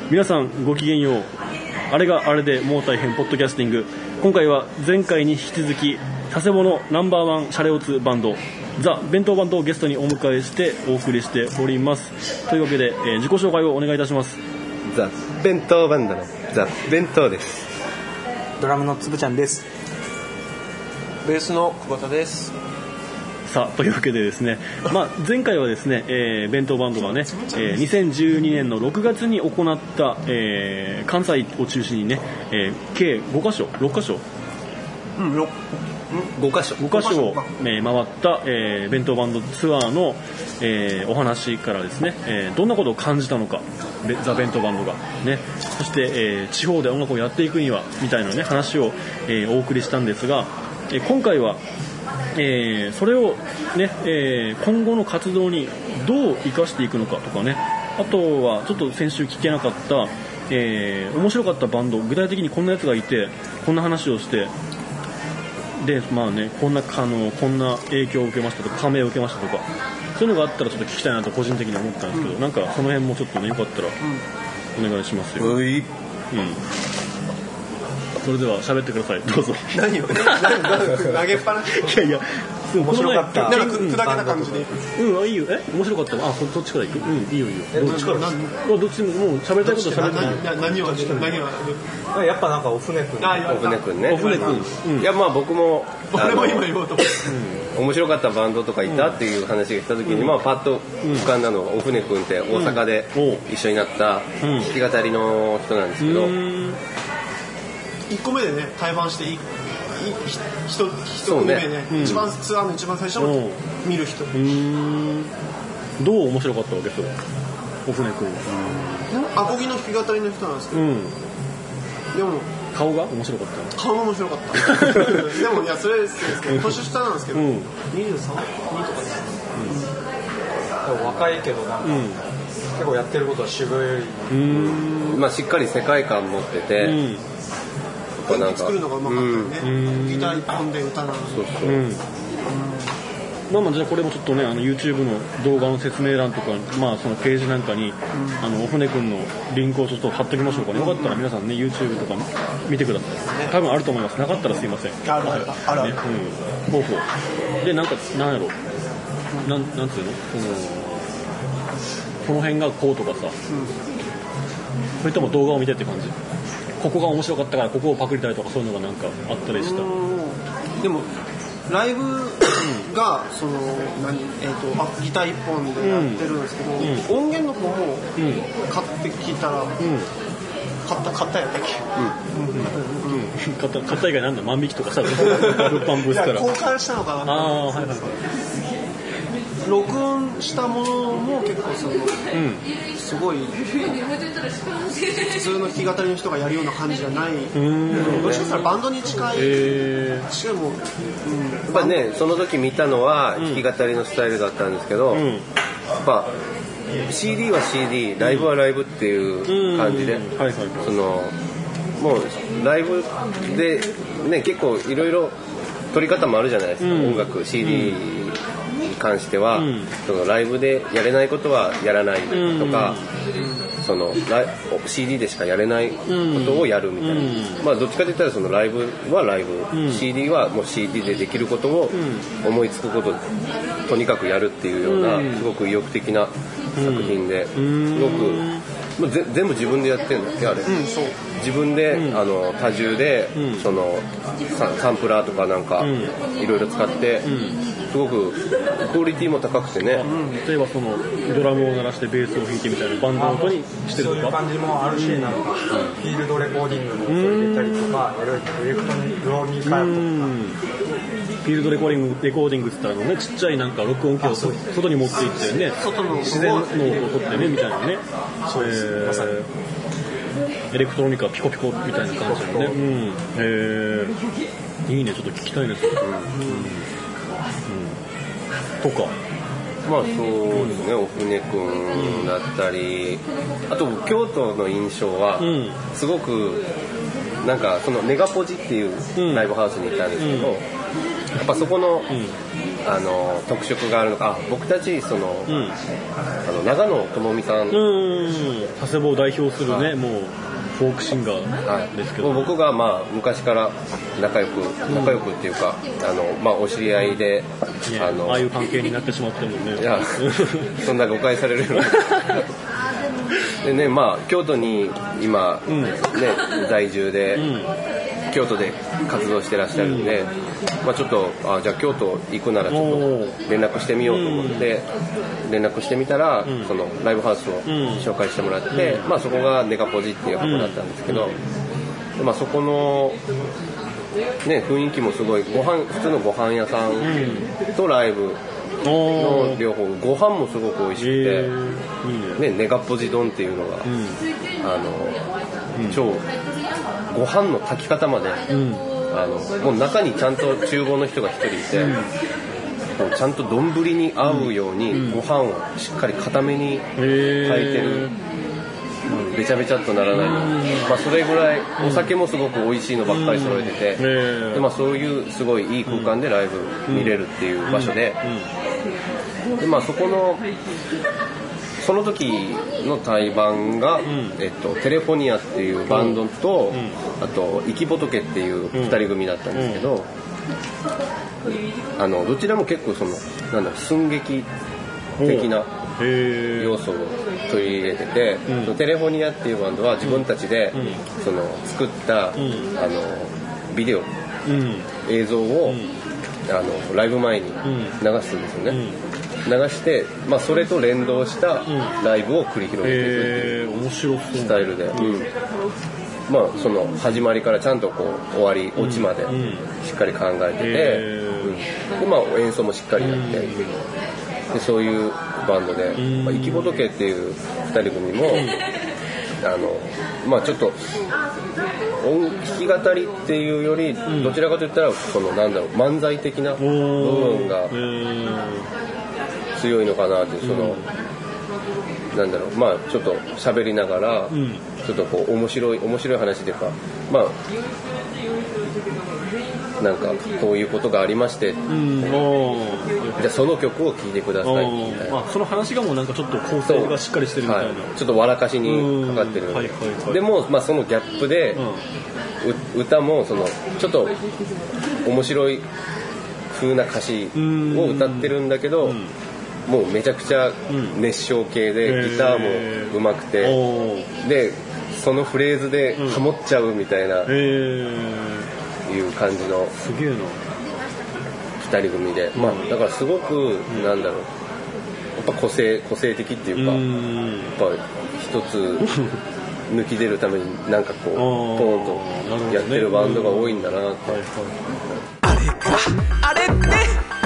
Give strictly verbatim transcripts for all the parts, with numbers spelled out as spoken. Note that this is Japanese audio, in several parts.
皆さんごきげんよう。あれがあれでもう大変ポッドキャスティング。今回は前回に引き続き佐世保のナンバーワンシャレオツバンドザ・弁当バンドをゲストにお迎えしてお送りしております。というわけで、えー、自己紹介をお願いいたします。 ザ・弁当バンドのザ・弁当です。 ドラムのつぶちゃんです。 ベースの久保田です。 さあというわけでですね、まあ、前回はですね、えー、弁当バンドがね、えー、にせんじゅうにねんのろくがつに行った、えー、関西を中心にね、えー、計ごかしょろっかしょ、 うん、 ごかしょごかしょを、えー、回った、えー、弁当バンドツアーの、えー、お話からですね、えー、どんなことを感じたのかザ・弁当バンドがね、そして、えー、地方で音楽をやっていくにはみたいなね話を、えー、お送りしたんですが、えー、今回はえー、それを、ねえー、今後の活動にどう生かしていくのかとかね、あとはちょっと先週聞けなかった、えー、面白かったバンド、具体的にこんなやつがいてこんな話をしてで、まあね、こんなあのこんな影響を受けましたとか感銘を受けましたとか、そういうのがあったらちょっと聞きたいなと個人的に思ったんですけど、うん、なんかその辺もちょっとねよかったらお願いしますよ。 うい、うん、 それでは喋ってください、どうぞ。 何を投げっぱなし。 いやいや、 面白かった。なんか砕けた感じで。 うん、いいよ。え、面白かった。あ、そっちから行く。うん、いいよいいよ。どっちから。どっちももう喋りたいこと喋っていいよ。 何を何を。 やっぱなんかお船くん。 お船くんね。 お船くん。 いやまあ僕も。 俺も今言おうと。 面白かったバンドとかいたっていう話が来た時に、まあパッと浮かんだのがお船くんって大阪で一緒になった弾き語りの人なんですけど。 いっこめでね対バンしていい一組目ね、ね、一番ツアーの一番最初の見る人。うーん、どう面白かったわけそれお船くんは。アコギの弾き語りの人なんですけど、うん、でも顔が面白かった顔も面白かったでもいやそれですけど年下なんですけど、うん、にじゅうさん、にとかですね、 うん、若いけどなんか、うん、結構やってることは渋い。うーん、まあしっかり世界観持ってて、うん、 演技作るのがうまかったよね。ギター一本で歌なのに。そうそう。うん、 まあまあじゃあこれもちょっとね、あの YouTube の動画の説明欄とか、まあそのページなんかに、うん、あのお船くんのリンクをちょっと貼っときましょうかね。よかったら皆さんね YouTube とか見てください。多分あると思います。なかったらすいません。 あるあるあるある。 ね、うん。ほうほう。でなんかなんやろ。なんなんつうの、そのこの辺がこうとかさ。うん、それとも動画を見てって感じ。ここが面白かったからここをパクりたいとかそういうのがなんかあったりした。 でもライブがその何、えー、とあギター一本でやってるんですけど、うん、音源の方も買ってきたら、うん、買った買ったやったっけ、うんうんうん、 買った買った以外なんだ万引きとかさ物販ブースから交換したのかな。ああ、はいはいはい。録音したものも結構その、うん、すごい普通の弾き語りの人がやるような感じじゃない。もしかしたらバンドに近い。 えー、 しかも、うん、 やっぱねその時見たのは弾き語りのスタイルだったんですけど、うん、やっぱ シーディー は シーディー、ライブはライブっていう感じで、そのもうライブでね結構いろいろ撮り方もあるじゃないですか、うん、音楽 シーディーに関しては、うん、そのライブでやれないことはやらないとか、うん、そのライ シーディー でしかやれないことをやるみたいな、うん、まあどっちかといったらそのライブはライブ、うん、シーディー はもう シーディー でできることを思いつくこととにかくやるっていうような、うん、すごく意欲的な作品で、うん、すごくもうぜ全部自分でやってるんだっけあれ、うん、そう自分で、うん、あの多重で、うん、その サ, サンプラーとかなんかいろいろ使って、うん、すごくクオリティも高くてね、うん、 例えばそのドラムを鳴らしてベースを弾いてみたいなバンドの音にしてるとかそういう感じもあるし、うん、なんかフィールドレコーディングもそれ入れたりとか、うん、エレクトロニカとか、うん、 フィールドレコーディングレコーディングって言ったらねちっちゃいなんか録音機を外に持っていってね自然の音を取ってねみたいなねそうです、えー、まさにエレクトロニカピコピコみたいな感じのね、うん、えー、いいねちょっと聞きたいです、うんうんうん、とかまあそうですね、お船くんだったり、あと京都の印象はすごくなんかそのネガポジっていうライブハウスに行ったんですけど、やっっぱそこの、うん、あの特色があるのか、僕たちその、うん、あの長野智美さん、 長谷部を代表するね、はい、もうフォークシンガーですけど、 はい、僕がまあ昔から仲良く仲良くっていうか、あのまあお知り合いで、 うん、あのああいう関係になってしまってるもんね。 いやそんな誤解されるようなでね、まあ京都に今、うん、ね在住で、うん、京都で活動してらっしゃるんで、うん、まあちょっとあじゃあ京都行くならちょっと連絡してみようと思って連絡してみたら、うん、そのライブハウスを紹介してもらって、うん、まあそこがネガポジっていう箱だったんですけど、でまあそこのね雰囲気もすごいご飯普通のご飯屋さんとライブの両方、ご飯もすごく美味しくて、えーいいね、ねネガポジ丼っていうのが、うん、あの、うん、超ご飯の炊き方まで、うん、あのもう中にちゃんと厨房の人が一人いて、うん、ちゃんと丼に合うように、うん、ご飯をしっかり固めに炊いてる、うん、べちゃべちゃっとならない、うんまあ、それぐらいお酒もすごく美味しいのばっかり揃えてて、うんでまあ、そういうすごいいい空間でライブ見れるっていう場所で、でまあ、そこのその時の対バンが、うんえっと、テレフォニアっていうバンドと、うん、あと生き仏っていうふたり組だったんですけど、うん、あのどちらも結構そのなんだろう寸劇的な要素を取り入れてて、うん、テレフォニアっていうバンドは自分たちで、うん、その作った、うん、あのビデオ、うん、映像を、うん、あのライブ前に流すんですよね、うん流して、まあ、それと連動したライブを繰り広げていくっていうスタイルで、うんまあ、その始まりからちゃんとこう終わりオチまでしっかり考えてて、うんでまあ、演奏もしっかりやってでそういうバンドで、まあ、生き仏っていうふたり組もあの、まあ、ちょっと音弾き語りっていうよりどちらかといったらそのなんだろう漫才的な部分が強いのかなってその、うん、なんだろうまあちょっと喋りながら、うん、ちょっとこう面白い面白い話というかまあなんかこういうことがありまして、うん、じゃあその曲を聴いてくださいみたいな、 あその話がもうなんかちょっと構成がしっかりしてるみたいな、はい、 ちょっと笑かしにかかってる、はいはいはい、でも、まあ、そのギャップで、うん、歌もそのちょっと面白い風な歌詞を歌ってるんだけど、うんもうめちゃくちゃ熱唱系で、うん、ギターも上手くて、えー、でそのフレーズでハモっちゃうみたいな、うん、いう感じのふたり組で、うんまあ、だからすごく、うん、なんだろうやっぱ個性個性的っていうか、うん、やっぱ一つ抜き出るためになんかこうポーンとやってるバンドが多いんだなって、うんはいはい、あれかあれって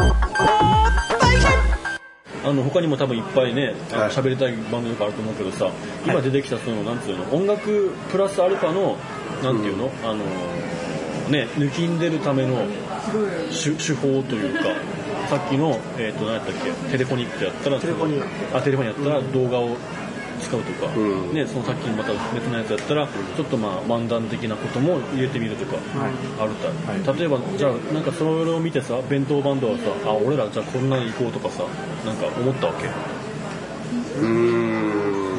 あの他にも多分いっぱいね喋、はい、りたい番組とかあると思うけどさ今出てきたそのなんていうの音楽プラスアルファのなんていうの、うん、あのね抜きんでるための手, 手法というかさっきのえっ、ー、と何やったっけテレフォニックやったらテレフォニアあテレフォニアやったら動画を使うとか、うんね、そのさっきまた別のやつやったらちょっとまあ漫談的なことも入れてみるとかあるた、はい、例えばじゃあなんかそれを見てさ弁当バンドはさあ俺らじゃあこんなに行こうとかさなんか思ったわけうーん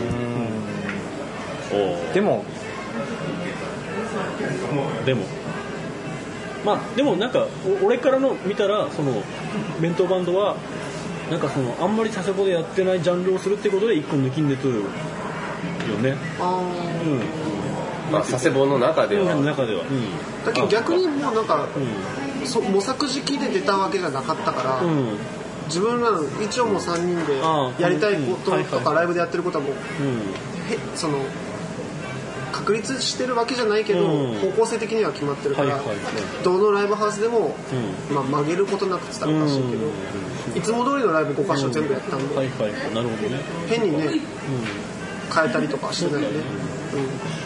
おでもでもまあでもなんか俺からの見たらその弁当バンドはなんかそのあんまり佐世保でやってないジャンルをするってことで一個抜きんでとるよね。ああ、うん。まあ佐世保の中では。 の中では。うん。 だけど逆にもうなんか、うん、そ模索時期で出たわけじゃなかったから、うん、自分らの一応もうさんにんでやりたいこととかライブでやってることはもう、うん、へその確立してるわけじゃないけど、うん、方向性的には決まってるから、はいはいはい、どのライブハウスでも、うんまあ、曲げることなく伝わらしいけど、うん、いつも通りのライブごかしょ全部やったんで、うんはいはい、なるほどね、変にね、うん、変えたりとかしてないよね、うん、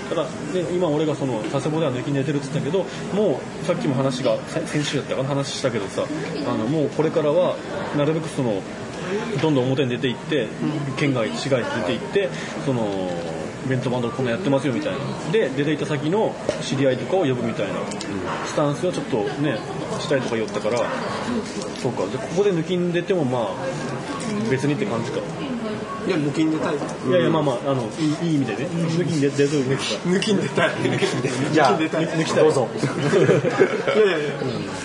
ただ、ね、今俺がその佐世保では抜き寝てるって言ったけどもうさっきも話が先週やったかな話したけどさあのもうこれからはなるべくそのどんどん表に出ていって、うん、県外市外に出ていってそのベントバンドこんなやってますよみたいなで出ていた先の知り合いとかを呼ぶみたいなスタンスをちょっとねしたりとか言ったから、そうかじゃあここで抜きんでてもまあ別にって感じか。 いや抜きんでたい。いやいやまあまああのいいいい意味でね抜きんで出てる抜き抜きんでたい。抜きんでじゃあ抜きたいどうぞ。 いやいやいや。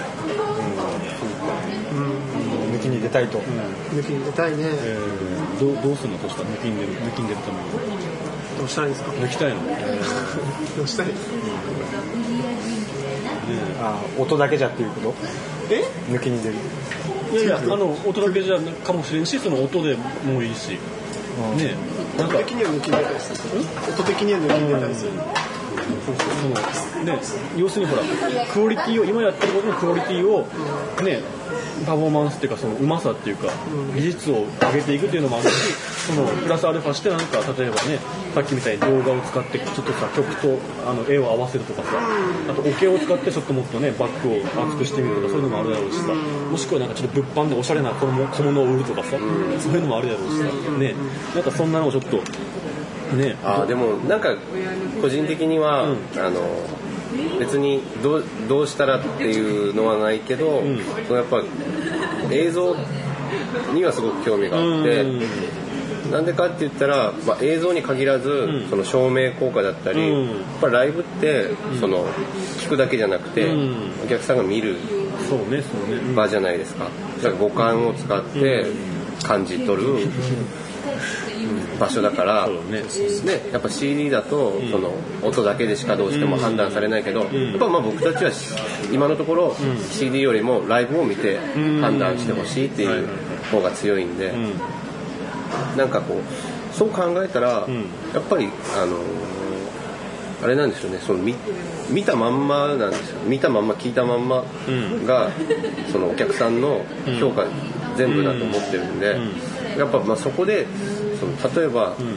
抜きに出たいと。 抜きに出たいね。 えー、どうどうするのとしたら抜きんでる抜きんでるために。 どうしたらいいですか。 抜きたいの。 どうしたい。 あ音だけじゃっていうこと？ え？ 抜きに出る。 いやいやあの音だけじゃかもしれんしその音でもいいし。ねなんか音的には抜きんでたりする。音的には抜きんでたりする。 そのね、要するにほらクオリティを今やってることのクオリティをねパフォーマンスっていうかそのうまさっていうか技術を上げていくっていうのもあるし、そのプラスアルファしてなんか例えばねさっきみたいに動画を使ってちょっとさ曲とあの絵を合わせるとかさ、あとオケを使ってちょっともっとねバッグを厚くしてみるとかそういうのもあるだろうしさ、もしくはなんかちょっと物販でおしゃれな小物小物を売るとかさ、そういうのもあるだろうしさね、なんかそんなのをちょっとね、 あでもなんか個人的には、うん、あの別にどう、どうしたらっていうのはないけど、うん、そのやっぱ映像にはすごく興味があって、うん、なんでかって言ったら、まあ、映像に限らず、うん、その照明効果だったり、うん、やっぱライブって、うん、その聞くだけじゃなくて、うん、お客さんが見る場じゃないですか。だから五感を使って感じ取る場所だから、ね、やっぱ シーディー だと、うん、その音だけでしかどうしても判断されないけど、うん、やっぱまあ僕たちは今のところ、うん、シーディー よりもライブを見て判断してほしいっていう方が強いんで、うん、なんかこうそう考えたら、うん、やっぱりあのあれなんですよね、その 見, 見たまんまなんですよ。見たまんま聞いたまんまが、うん、そのお客さんの評価全部だと思ってるんで、うん、やっぱまあそこでその例えば、うん、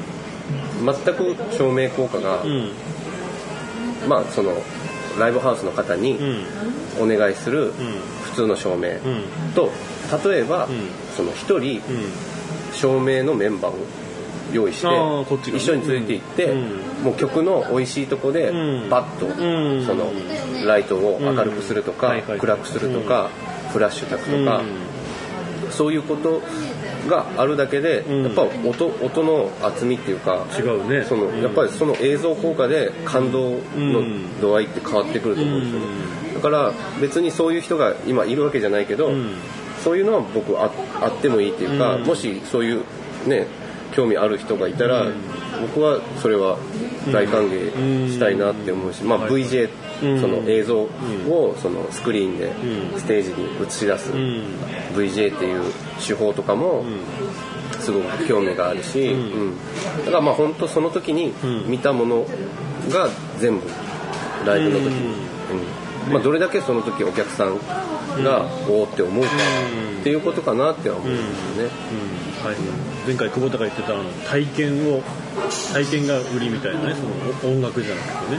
全く照明効果が、うん、まあそのライブハウスの方にお願いする普通の照明と、例えば、うん、その一人照明のメンバーを用意して一緒についていって、うん、もう曲の美味しいとこでバッとそのライトを明るくするとか暗くするとかフラッシュ焚くとか、そういうことがあるだけで、うん、やっぱ 音, 音の厚みっていうか違うね、 その、うん、やっぱりその映像効果で感動の度合いって変わってくると思うんですよね、うん、だから別にそういう人が今いるわけじゃないけど、うん、そういうのは僕 あ, あってもいいっていうか、うん、もしそういうね興味ある人がいたら、うん、僕はそれは大歓迎したいなって思うし、まあ、ブイジェー、その映像をそのスクリーンでステージに映し出す ブイジェー っていう手法とかもすごく興味があるし、うん、だからまあ本当その時に見たものが全部ライブの時に、うんまあ、どれだけその時お客さんがおーって思うかっていうことかなっては思うんですよね、 うんはい、前回久保田が言ってたあの体験を体験が売りみたいなね、その音楽じゃなくてね、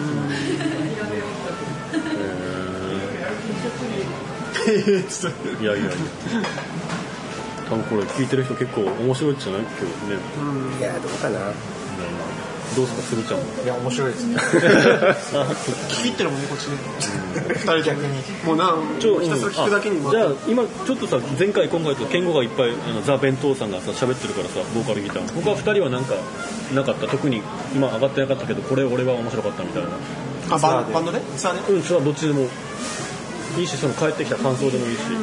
うん、えー、いやいやいや多分これ聞いてる人結構面白いじゃないけどね、 うん、いやどうかな、うんどうですか、するちゃんも。 いや、面白いですね。 聞き入ってるもんね、こっちね。二人逆に。もうな、ちょひたすら聞くだけに、 うん、じゃあ、今、ちょっとさ、前回、今回と、健吾がいっぱい、あのザ・弁当さんがさ、喋ってるからさ、ボーカルギター。他二人はなんか、なかった。特に、今上がってなかったけど、これ俺は面白かったみたいな。 あ、バン、バンドでツアーでうん、ツアーどっちでもいいし、その帰ってきた感想でもいいし。うん。うん、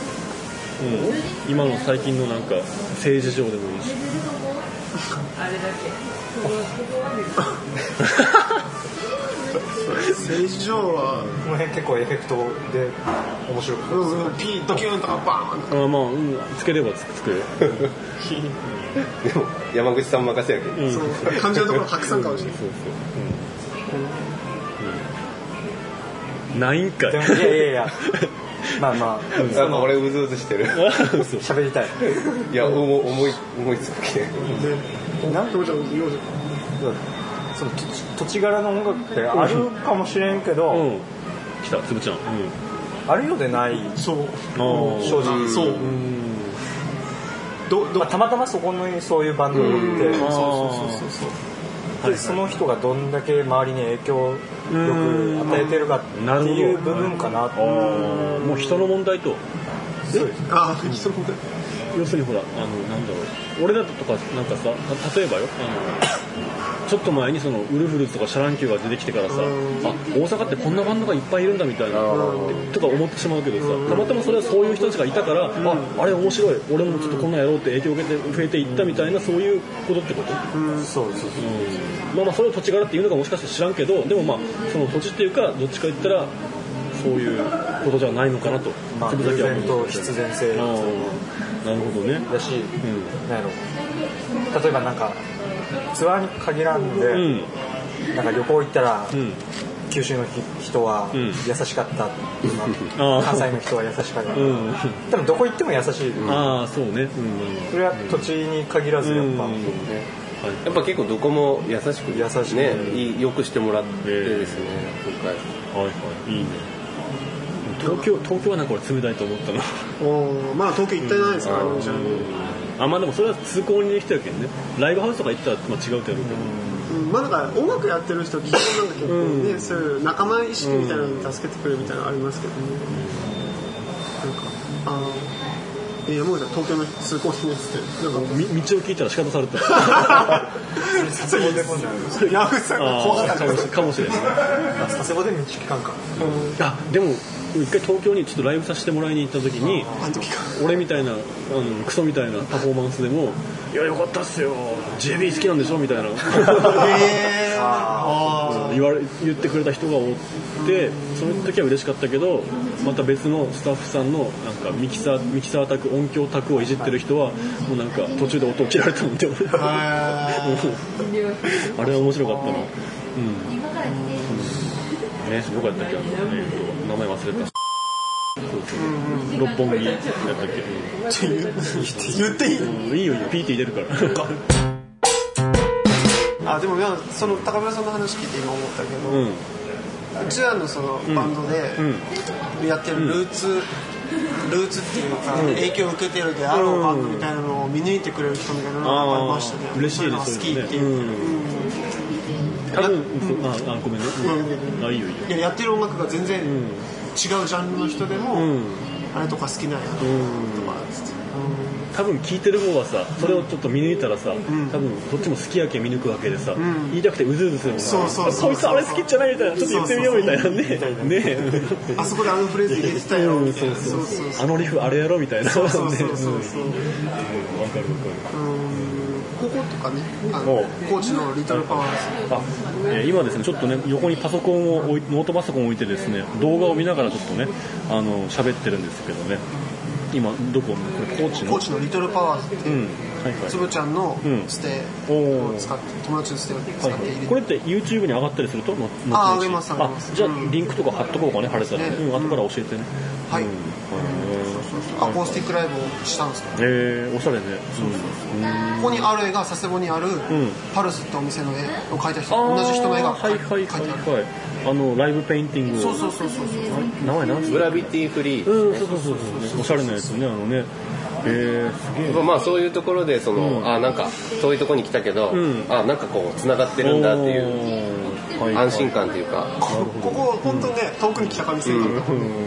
今の最近のなんか、政治上でもいいし。あれだけ。 政治上はこの辺結構エフェクトで面白くて、 うんうん、ピードキューンとかバーンあまあ、うん、つければつくよでも山口さん任せやけど、うん、 そう感じるところ白山かもしれないそうそう、うんうん、ないんかいいやいやいやまあまあ、 うん、なんか俺うずうずしてる喋りたいいや思い思いつくけなんとその土地柄の音楽ってあるかもしれんけど、 うん、来たつぶちゃん、うん、 あるようでないそう正直そう、うん、 どどまあ、たまたまそこにそういうバンドがいて、 そうそうそうそうでその人がどんだけ周りに影響力与えてるかっていう部分かなと。 もう人の問題と。 そうです。 ああ、人の問題。 要するにほら、あのなんだろう、俺らとかなんかさ、例えばよ、あのちょっと前にそのウルフルズとかシャランキューが出てきてからさ、あ、大阪ってこんなバンドがいっぱいいるんだみたいなとか思ってしまうけどさ、たまたまそれはそういう人たちがいたから、あ、あれ面白い、俺もちょっとこんなんやろうって影響を受けて増えていったみたいな、そういうことってこと？ うん、そうそうそう。 うん、まあまあそれを土地柄っていうのかもしかして知らんけど、でもまあその土地っていうかどっちか言ったらそういうことじゃないのかなと。 まあ、偶然と必然性。 なるほどね。 だし、うん、なんやろ、例えばなんかツアーに限らんで、うん、なんか旅行行ったら、うん、九州の人は優しかった、うん、関西の人は優しかった、うん、多分どこ行っても優しい、うん、 ああそうね、うん、 それは土地に限らずやっぱ、うん、 やっぱ結構どこも優しく優しくね、よくしてもらってですね、今回はいはいいいね。東京東京はなんか俺冷たいと思ったの。 おまあ東京行ってないですから、ね、じゃあ。あまあでもそれは通行にできたわけね。ライブハウスとか行ったらまあ違うってやるけど。 うん、まあなんか音楽やってる人基本なんだけどね、うん、そういう仲間意識みたいなのに助けてくれるみたいなのありますけどね。なんかあいやもう東京の通行人ですってなんか道を聞いたら仕方された。 佐世保でもない。 ヤフーさんが怖かったかもしれない。 佐世保で道聞かんか。 あでも。一回東京にちょっとライブさせてもらいに行った時に俺みたいなあのクソみたいなパフォーマンスでもいやよかったっすよ ジェービー 好きなんでしょみたいなへー言われ言ってくれた人がおってその時は嬉しかったけどまた別のスタッフさんのなんかミキサーミキサー卓音響卓をいじってる人はもうなんか途中で音を切られたのってあれは面白かったな。うんね、どこやったっけ、あの、えー、と名前忘れた。そうそう六本木やったっけ。 言っていい？ うん、いいよいいよ、ピーティー出るから。 あでもその高村さんの話聞いて今思ったけど、うん、うちらのそのバンドでやってるルーツ、うん、ルーツっていうか、うん、影響を受けてるであろうバンドみたいなのを見抜いてくれる人みたいなのがありましたね。 嬉しいです好きっていう。うん多分ああごめんね、うん、あいいよいいよ。 いややってる音楽が全然違うジャンルの人でも、うん、あれとか好きなんやなとか、うん、 多分聞いてる方はさそれをちょっと見抜いたらさ、うん、多分こっちも好きやけ見抜くわけでさ、うん、言いたくてうずうずするもんな。 そうそうそうこいつあれ好きじゃないみたいなちょっと言ってみようみたいなねねあそこであのフレーズ入れてたよみたいな、そうそうそうあのリフあれやろみたいな。 そうそうそうそうわかるわかる。 高校とかね、あの高知のリトルパワーズ、 あ、えー、今ですねちょっとね横にパソコンを置いノートパソコンを置いてですね動画を見ながらちょっとねあの喋ってるんですけどね今どここれ高知の高知のリトルパワーズっていう、うんはいはい、つぶちゃんのステを使って、うん、友達のステを使って入れて、はいはい、これって YouTube に上がったりするとあ上げます上げます。 あじゃあリンクとか貼っとこうかね貼れたら、ねうん、後から教えてね、 うん、はい、うんアコースティックライブをしたんですか。 えー、おしゃれね。そうそうそうここにある絵が佐世保にある、うん、パルスってお店の絵を描いた人同じ人の絵が描いてある。 はいはいはいはい。あのライブペインティング。 そうそうそうそうそう。 名前なんですか。 グラビティフリー。 うんそうそうそうそう。おしゃれなやつねあのね。えー、すげえ。 まあそういうところでその、うん、あなんかそういうところに来たけど、うん、あなんかこう繋がってるんだっていう安心感というか。 ここ本当ね、うん、遠くに来た感じするから。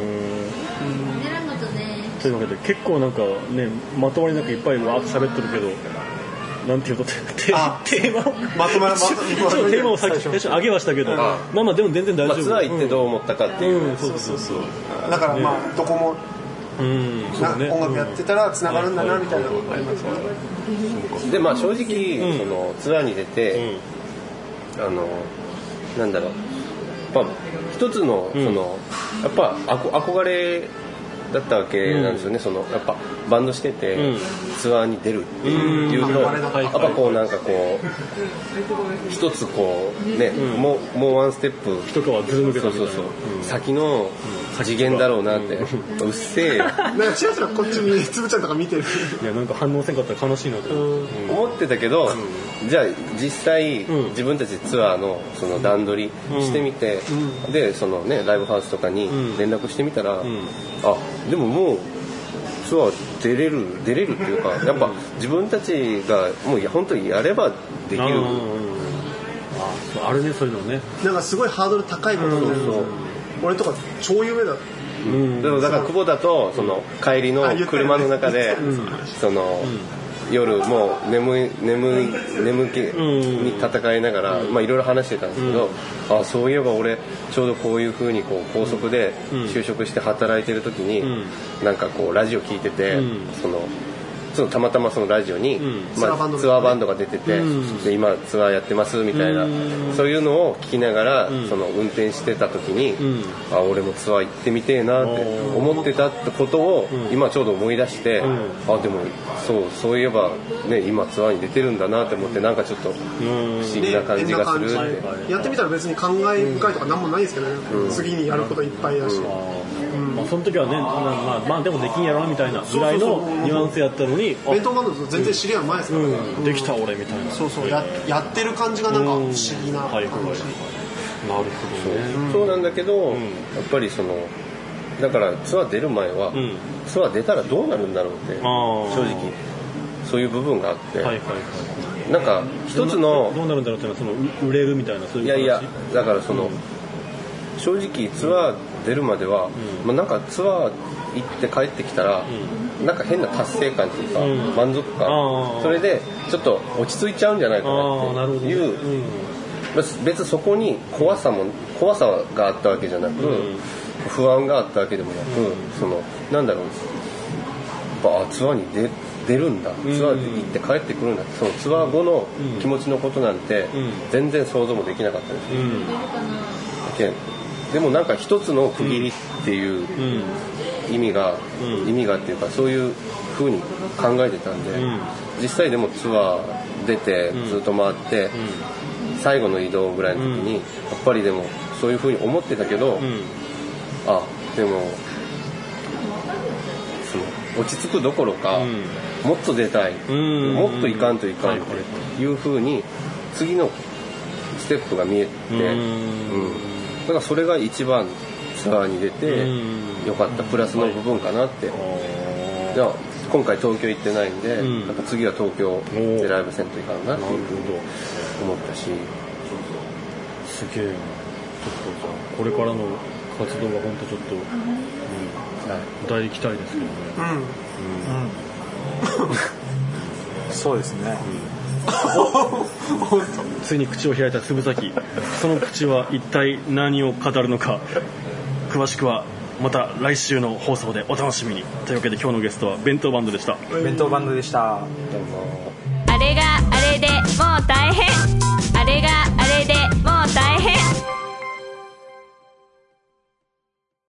というわけで結構なんかねまとまりなくいっぱいわーっと喋ってるけどなんていうとテーマをまとまらちょっとテーマを最初上げはしたけどまあまあでも全然大丈夫、まあ、 ツアー行ってどう思ったかっていう、 うんうん、そうそうそうだからまあ、ね、どこもうんそうね、音楽やってたらつながるんだなみたいなのがありますよね、 うん、でまあ正直、うん、そのツアーに出て、うん、あのなんだろうやっぱ一つのその、うん、やっぱ憧れだったわけなんですよね、うん、そのやっぱバンドしてて、うん、ツアーに出るっていうの、うん、やっぱこうなんかこう一つこうね、うん、もうもうワンステップ一皮ずる抜けたみたいな、 そうそうそう、うん、先の次元だろうなって、うん、うっせえよなんかチラチラこっちにつぶちゃんとか見てるいやなんか反応せんかったら悲しいなって、うん、 思ってたけど、うん、じゃあ実際、うん、自分たちツアーのその段取りしてみて、うん、でそのねライブハウスとかに連絡してみたら、うん、あでももうツアー出れる出れるっていうかやっぱ自分たちがもう本当にやればできるあるねそういうのね。 なんかすごいハードル高いことで、俺とか超有名だ。 うん、でもだから久保田とその帰りの車の中で、その夜もう眠い眠い眠気に戦いながら、まあいろいろ話してたんですけど、あそういえば俺ちょうどこういう風にこう高速で就職して働いてる時に、なんかこうラジオ聞いてて、そのそのたまたまそのラジオに、まあ、ツアーバンドが出てて、で今ツアーやってますみたいな、そういうのを聞きながら、その運転してた時に、あ俺もツアー行ってみてえなって思ってたってことを今ちょうど思い出して、あでもそうそういえばね今ツアーに出てるんだなって思って、なんかちょっと不思議な感じがするって、 やってみたら別に感慨深いとか何もないですけどね、次にやることいっぱいだし、 まあ、その時はね、まあ、まあでもできんやろなみたいなぐらいのニュアンスやったのに、 弁当バンドと全然知り合う前ですからね、 うん、できた俺みたいな、 そうそう や, やってる感じがなんか不思議な感じ、 はいはい、なるほどね、 そうなんだけど、やっぱりそのだからツアー出る前は、ツアー出たらどうなるんだろうって正直そういう部分があって、はいはいはい、なんか一つのどうなるんだろうっていうのはその売れるみたいなそういう話。 いやいやだからその、正直ツアー出るまでは、うんまあ、なんかツアー行って帰ってきたら、うん、なんか変な達成感というか、うん、満足感、それでちょっと落ち着いちゃうんじゃないかなっていう、ねうん、別にそこに怖さも怖さがあったわけじゃなく、うん、不安があったわけでもなく、うん、そのなんだろうあツアーに出出るんだ、ツアーで行って帰ってくるんだ、そのツアー後の気持ちのことなんて全然想像もできなかったんですよ、うんでもなんか一つの区切りっていう意味が、うん、意味がっていうかそういう風に考えてたんで、うん、実際でもツアー出てずっと回って、うん、最後の移動ぐらいの時に、うん、やっぱりでもそういう風に思ってたけど、うん、あでもその落ち着くどころか、うん、もっと出たい、うん、もっといかんといかんっていう風に次のステップが見えて、うんだからそれが一番ツアーに出てよかったプラスの部分かなって、じゃあ今回東京行ってないんで、なんか次は東京でライブせんといかんなっていう思ったし、 すげえな。ちょっとじゃあこれからの活動が本当ちょっと、うん、大期待ですけどね。 うんうん、そうですね。 ついに口を開いたつぶさき、その口は一体何を語るのか、詳しくはまた来週の放送でお楽しみに。というわけで今日のゲストは弁当バンドでした。 弁当バンドでした。 あれがあれでもう大変。